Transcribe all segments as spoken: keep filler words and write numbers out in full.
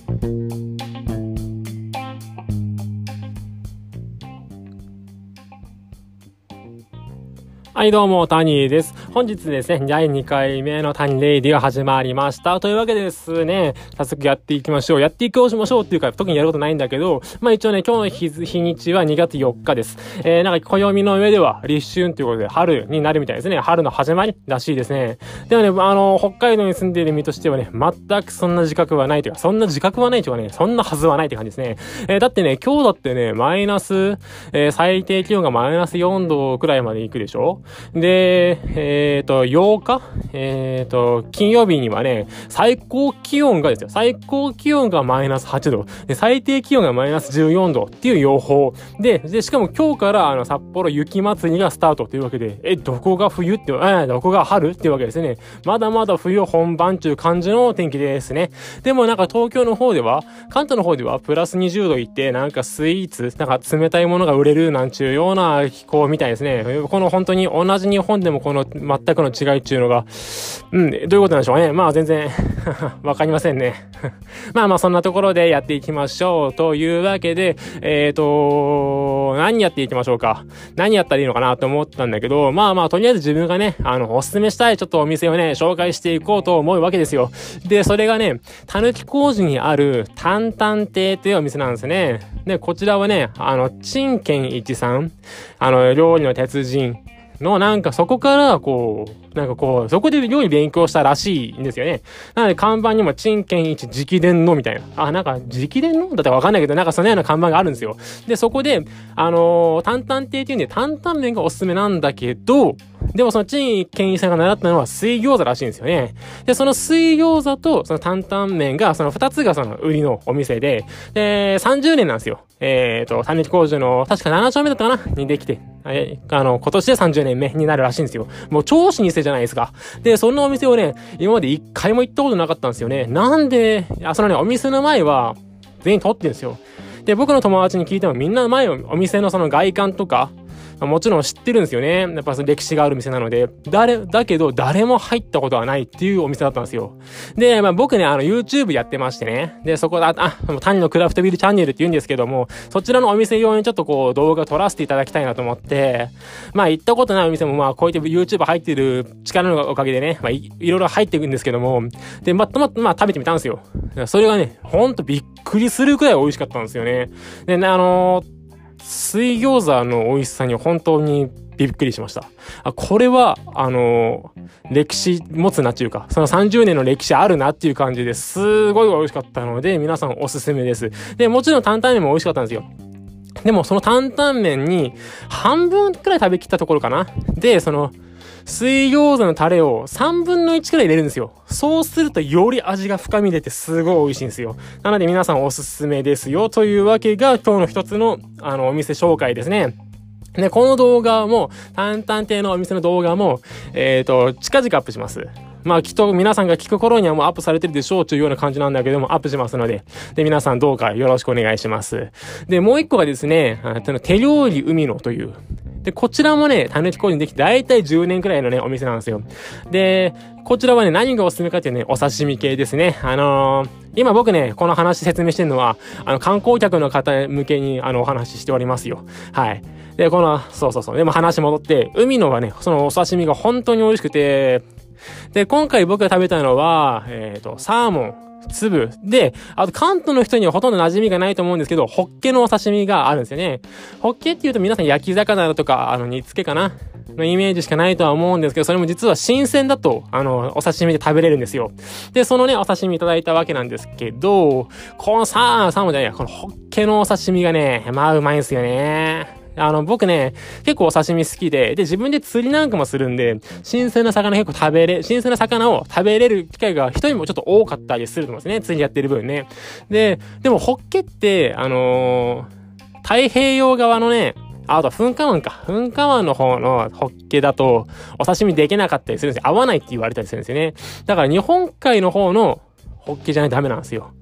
はいどうも、タニーです。本日ですね、だいにかいめのタニレイディが始まりました。というわけでですね、早速やっていきましょう。やっていきましょうっていうか、特にやることないんだけど、まあ一応ね、今日の日、日にちはにがつよっかです。えー、なんか暦の上では立春ということで春になるみたいですね。春の始まりらしいですね。でもね、あの、北海道に住んでいる身としてはね、全くそんな自覚はないというか、そんな自覚はないというかね、そんなはずはないって感じですね。えー、だってね、今日だってね、マイナス、えー、最低気温がマイナスよんどくらいまで行くでしょ。で、えっと、ようかえっと、金曜日にはね、最高気温がですよ。最高気温がマイナスはちど。で、最低気温がマイナスじゅうよんどっていう予報。で、で、しかも今日からあの、札幌雪祭りがスタートというわけで、え、どこが冬って、え、どこが春っていうわけですね。まだまだ冬本番という感じの天気ですね。でもなんか東京の方では、関東の方ではプラスにじゅうどいって、なんかスイーツ、なんか冷たいものが売れるなんちゅうような気候みたいですね。この本当に同じ日本でもこの全くの違いっていうのが、うん、どういうことなんでしょうね。まあ全然わかりませんね。まあまあそんなところでやっていきましょうというわけで、えーと、何やっていきましょうか。何やったらいいのかなと思ったんだけど、まあまあとりあえず自分がね、あの、おすすめしたいちょっとお店をね、紹介していこうと思うわけですよ。で、それがね、たぬき工事にある担々亭というお店なんですね。で、こちらはね、あの、陳健一さん、あの、料理の鉄人、の、なんかそこから、こう、なんかこう、そこで料理勉強したらしいんですよね。なので看板にも、陳健一直伝のみたいな。あ、なんか直伝のだってわかんないけど、なんかそのような看板があるんですよ。で、そこで、あのー、担々亭っていうんで、担々麺がおすすめなんだけど、でもその陳健一さんが習ったのは水餃子らしいんですよね。で、その水餃子とその担々麺が、その二つがその売りのお店で、で、さんじゅうねんなんですよ。えっと、たぬき工事の、確かななちょうめだったかなにできて、え、あの、今年でさんじゅうねんめになるらしいんですよ。もう超老舗じゃないですか。で、そんなお店をね、今まで一回も行ったことなかったんですよね。なんで、あ、そのね、お店の前は、全員撮ってるんですよ。で、僕の友達に聞いてもみんな前を、お店のその外観とか、もちろん知ってるんですよね。やっぱその歴史がある店なので。誰、だけど誰も入ったことはないっていうお店だったんですよ。で、まあ僕ね、あの YouTube やってましてね。で、そこで、あ、あ谷のクラフトビルチャンネルって言うんですけども、そちらのお店用にちょっとこう動画撮らせていただきたいなと思って、まあ行ったことないお店もまあこうやって YouTube 入ってる力のおかげでね、まあ い, いろいろ入っていくんですけども、で、またままあ食べてみたんですよ。それがね、ほんとびっくりするくらい美味しかったんですよね。で、ね、あのー、水餃子の美味しさに本当にびっくりしました。あ、これは、あのー、歴史持つなっていうか、そのさんじゅうねんの歴史あるなっていう感じですごい美味しかったので、皆さんおすすめです。で、もちろん担々麺も美味しかったんですよ。でもその担々麺に半分くらい食べきったところかな。で、その、水餃子のタレをさんぶんのいちくらい入れるんですよ。そうするとより味が深み出てすごい美味しいんですよ。なので皆さんおすすめですよというわけが今日の一つのあのお店紹介ですね。で、この動画も、担々亭のお店の動画も、えっと、近々アップします。まあきっと皆さんが聞く頃にはもうアップされてるでしょうというような感じなんだけども、アップしますので、で、皆さんどうかよろしくお願いします。で、もう一個がですね、あの手料理海野という、で、こちらもね、たぬき工事にできてだいたいじゅうねんくらいのね、お店なんですよ。で、こちらはね、何がおすすめかっていうね、お刺身系ですね。あのー、今僕ね、この話説明してるのは、あの、観光客の方向けに、あの、お話ししておりますよ。はい。で、この、そうそうそう。でも話戻って、海のはね、そのお刺身が本当に美味しくて、で、今回僕が食べたのは、えっと、サーモン。粒で、あと関東の人にはほとんど馴染みがないと思うんですけど、ホッケのお刺身があるんですよね。ホッケっていうと皆さん焼き魚だとか、あの煮付けかなのイメージしかないとは思うんですけど、それも実は新鮮だと、あの、お刺身で食べれるんですよ。で、そのね、お刺身いただいたわけなんですけど、このサー、サーモンじゃないや、このホッケのお刺身がね、まあうまいんですよね。あの、僕ね、結構お刺身好きで、で、自分で釣りなんかもするんで、新鮮な魚結構食べれ、新鮮な魚を食べれる機会が人にもちょっと多かったりすると思うんですね。釣りやってる分ね。で、でもホッケって、あのー、太平洋側のね、あと噴火湾か。噴火湾の方のホッケだと、お刺身できなかったりするんですよ。合わないって言われたりするんですよね。だから日本海の方のホッケじゃないとダメなんですよ。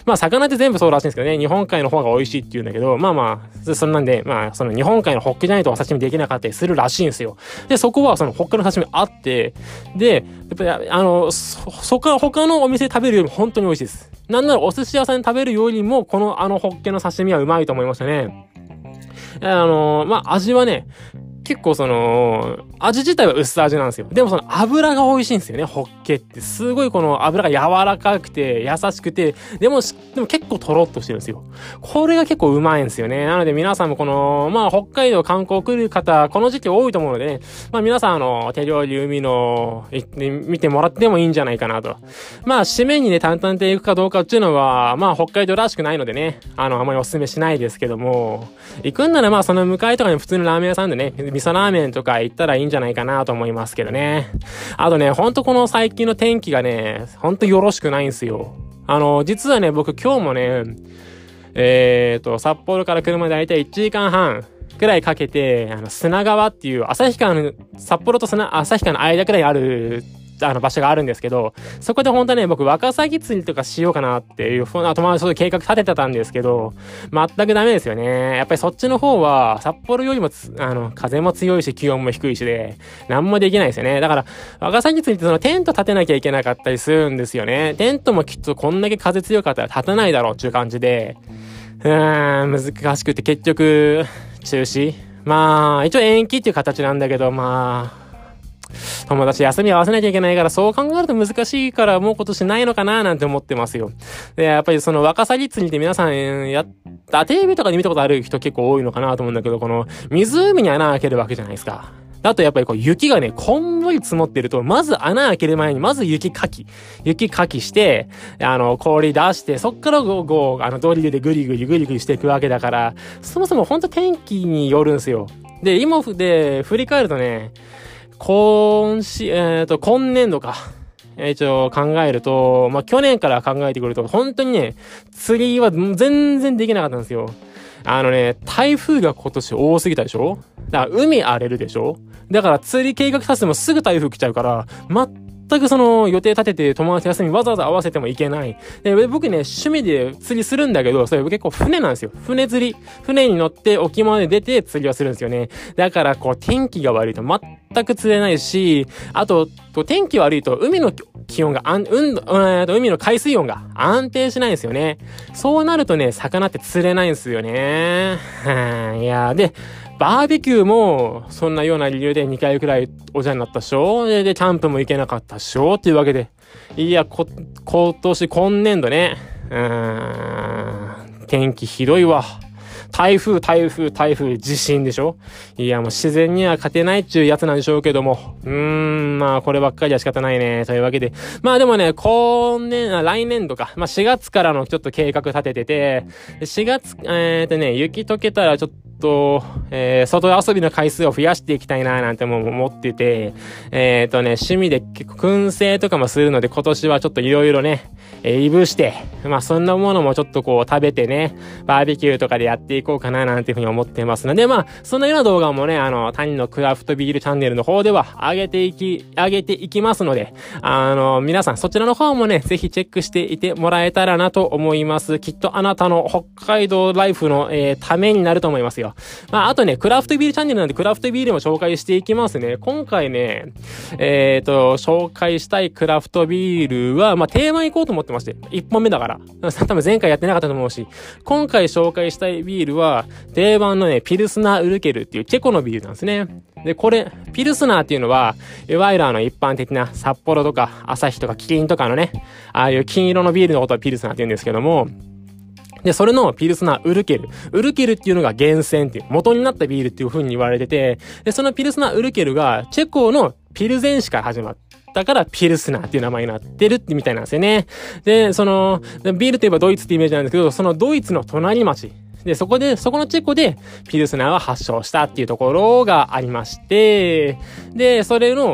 まあ魚って全部そうらしいんですけどね、日本海の方が美味しいって言うんだけど、まあまあ、そんなんで、まあその日本海のホッケじゃないとお刺身できなかったりするらしいんですよ。で、そこはそのホッケの刺身あって、で、やっぱりあの、そ、そこから他のお店で食べるよりも本当に美味しいです。なんならお寿司屋さんで食べるよりも、このあのホッケの刺身はうまいと思いましたね。あの、まあ味はね、結構その、味自体は薄味なんですよ。でもその油が美味しいんですよね、ホッケって。すごいこの油が柔らかくて、優しくて、でも、でも結構トロッとしてるんですよ。これが結構うまいんですよね。なので皆さんもこの、まあ北海道観光来る方、この時期多いと思うのでね、まあ皆さんあの、手料理海の、行ってみてもらってもいいんじゃないかなと。まあ締めにね、担々亭行くかどうかっていうのは、まあ北海道らしくないのでね、あの、あまりお勧めしないですけども、行くんならまあその向かいとかに普通のラーメン屋さんでね、味噌ラーメンとか行ったらいいんじゃないかなと思いますけどね。あとね、ほんとこの最近の天気がね、ほんとよろしくないんすよ。あの、実はね、僕今日もね、えーと、札幌から車でだいたいいちじかんはんくらいかけて、あの、砂川っていう、旭川の、札幌と砂、旭川の間くらいある、あの場所があるんですけど、そこで本当はね、僕ワカサギ釣りとかしようかなっていう、友達と計画立ててたんですけど、全くダメですよね。やっぱりそっちの方は、札幌よりもあの、風も強いし、気温も低いしで、なんもできないですよね。だから、ワカサギ釣りってそのテント立てなきゃいけなかったりするんですよね。テントもきっとこんだけ風強かったら立たないだろうっていう感じで、うーん、難しくて結局、中止。まあ、一応延期っていう形なんだけど、まあ、友達休み合わせなきゃいけないから、そう考えると難しいからもう今年ないのかななんて思ってますよ。で、やっぱりそのワカサギ釣りって皆さんやった、テレビとかで見たことある人結構多いのかなと思うんだけど、この湖に穴開けるわけじゃないですか。あとやっぱりこう雪がね、こんもり積もってると、まず穴開ける前に、まず雪かき。雪かきして、あの、氷出して、そっからこう、こうあの、ドリルでグリグリグリグリしていくわけだから、そもそもほんと天気によるんすよ。で、今で振り返るとね、今し、えっと、今年度か。一応考えると、まあ、去年から考えてくると、本当にね、釣りは全然できなかったんですよ。あのね、台風が今年多すぎたでしょ？だから海荒れるでしょ？だから釣り計画立ててもすぐ台風来ちゃうから、全くその予定立てて友達休みわざわざ合わせてもいけない。で、僕ね、趣味で釣りするんだけど、それ結構船なんですよ。船釣り。船に乗って沖まで出て釣りをするんですよね。だからこう天気が悪いと全く釣れないし、あと、天気悪いと海の気温が安、うん、海の海水温が安定しないんですよね。そうなるとね、魚って釣れないんですよね。いや、で、バーベキューも、そんなような理由でにかいくらいおじゃになったっしょ。で、で、キャンプも行けなかったっしょっていうわけで。いや、こ、今年、今年度ね。うーん。天気ひどいわ。台風、台風、台風、地震でしょ。いや、もう自然には勝てないっちゅうやつなんでしょうけども。うーん、まあ、こればっかりは仕方ないね。というわけで。まあでもね、今年、来年度か。まあしがつからのちょっと計画立ててて、しがつ、えーとね、雪溶けたらちょっと、えー、外遊びの回数を増やしていきたいななんても思ってて、えーとね、趣味で結構燻製とかもするので、今年はちょっといろいろね、えー、いぶして、まあそんなものもちょっとこう食べてね、バーベキューとかでやっていこうかななんていうふうに思ってますので、まあ、そのような動画もね、あの、谷のクラフトビールチャンネルの方では上げていき、上げていきますので、あの、皆さんそちらの方もね、ぜひチェックしていてもらえたらなと思います。きっとあなたの北海道ライフの、えー、ためになると思いますよ。まあ、あとね、クラフトビールチャンネルなんでクラフトビールも紹介していきますね。今回ね、えーと、紹介したいクラフトビールは、まあ、テーマ行こうと思ってまして、いっぽんめだから。多分前回やってなかったと思うし、今回紹介したいビールは、定番のね、ピルスナーウルケルっていうチェコのビールなんですね。で、これ、ピルスナーっていうのは、いわゆるあの一般的な札幌とか、旭とかキリンとかのね、ああいう金色のビールのことはピルスナーって言うんですけども、で、それのピルスナーウルケル。ウルケルっていうのが源泉っていう、元になったビールっていう風に言われてて、で、そのピルスナーウルケルが、チェコのピルゼン市から始まった。だからピルスナーっていう名前になってるってみたいなんですよね。で、その、ビールといえばドイツってイメージなんですけど、そのドイツの隣町。で、そこで、そこのチェコでピルスナーは発祥したっていうところがありまして、で、それの、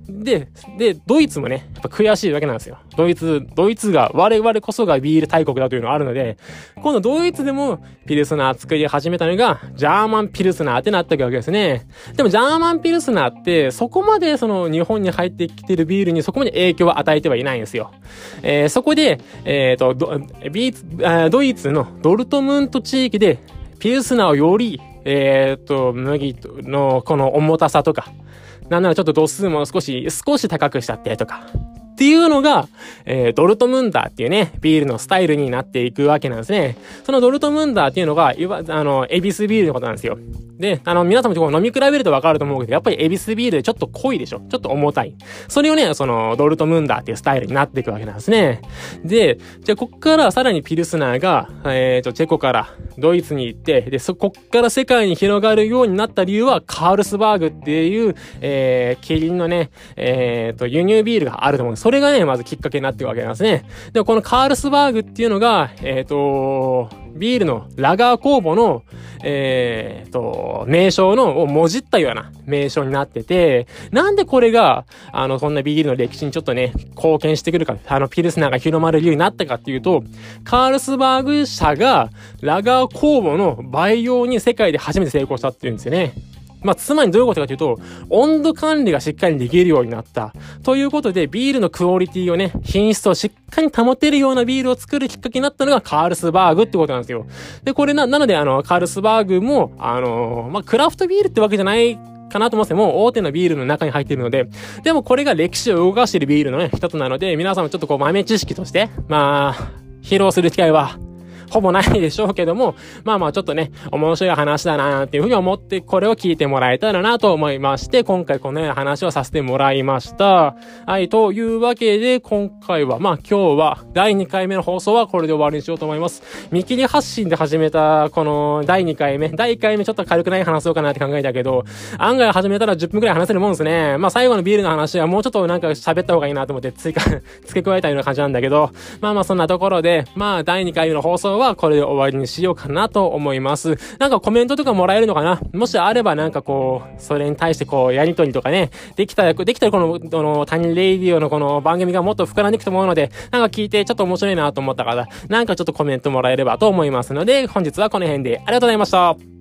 で、で、ドイツもね、やっぱ悔しいわけなんですよ。ドイツ、ドイツが、我々こそがビール大国だというのがあるので、今度ドイツでもピルスナー作り始めたのが、ジャーマンピルスナーってなったわけですね。でもジャーマンピルスナーって、そこまでその日本に入ってきてるビールにそこまで影響を与えてはいないんですよ。えー、そこで、えっと、ド、ビーツ、ドイツのドルトムント地域で、ピルスナーをより、えっと、麦のこの重たさとか、なんならちょっと度数も少し、少し高くしちゃってとか、っていうのが、えー、ドルトムンダーっていうね、ビールのスタイルになっていくわけなんですね。そのドルトムンダーっていうのが、いわ、あの、エビスビールのことなんですよ。で、あの、皆さんも飲み比べるとわかると思うけど、やっぱりエビスビールでちょっと濃いでしょ？ちょっと重たい。それをね、その、ドルトムンダーっていうスタイルになっていくわけなんですね。で、じゃあ、こっからさらにピルスナーが、えっと、チェコからドイツに行って、で、そこっから世界に広がるようになった理由は、カールスバーグっていう、えー、キリンのね、えっと、輸入ビールがあると思うんです。それがね、まずきっかけになっていくわけなんですね。でも、このカールスバーグっていうのが、えっと、ビールのラガー酵母の、えーと、名称のをもじったような名称になってて、なんでこれが、あの、そんなビールの歴史にちょっとね、貢献してくるか、あの、ピルスナーが広まる理由になったかっていうと、カールスバーグ社がラガー酵母の培養に世界で初めて成功したっていうんですよね。まあ、つまりどういうことかというと、温度管理がしっかりできるようになった。ということで、ビールのクオリティをね、品質をしっかり保てるようなビールを作るきっかけになったのがカールスバーグってことなんですよ。で、これな、なので、あの、カールスバーグも、あの、まあ、クラフトビールってわけじゃないかなと思っても、大手のビールの中に入っているので、でもこれが歴史を動かしているビールのね、一つなので、皆さんもちょっとこう豆知識として、まあ、披露する機会は、ほぼないでしょうけども、まあまあちょっとね、面白い話だなーっていうふうに思って、これを聞いてもらえたらなと思いまして、今回このような話をさせてもらいました。はい、というわけで、今回は、まあ今日は、だいにかいめの放送はこれで終わりにしようと思います。見切り発信で始めた、このだいにかいめ、だいいっかいめちょっと軽くない話そうかなって考えたけど、案外始めたらじゅっぷんくらい話せるもんですね。まあ最後のビールの話はもうちょっとなんか喋った方がいいなと思って追加、付け加えたような感じなんだけど、まあまあそんなところで、まあだいにかいめの放送はこれで終わりにしようかなと思います。なんかコメントとかもらえるのかな？もしあればなんかこう、それに対してこう、やりとりとかね、できたら、できたらこの、この、タニレイディオのこの番組がもっと膨らんでいくと思うので、なんか聞いてちょっと面白いなと思ったから、なんかちょっとコメントもらえればと思いますので、本日はこの辺でありがとうございました。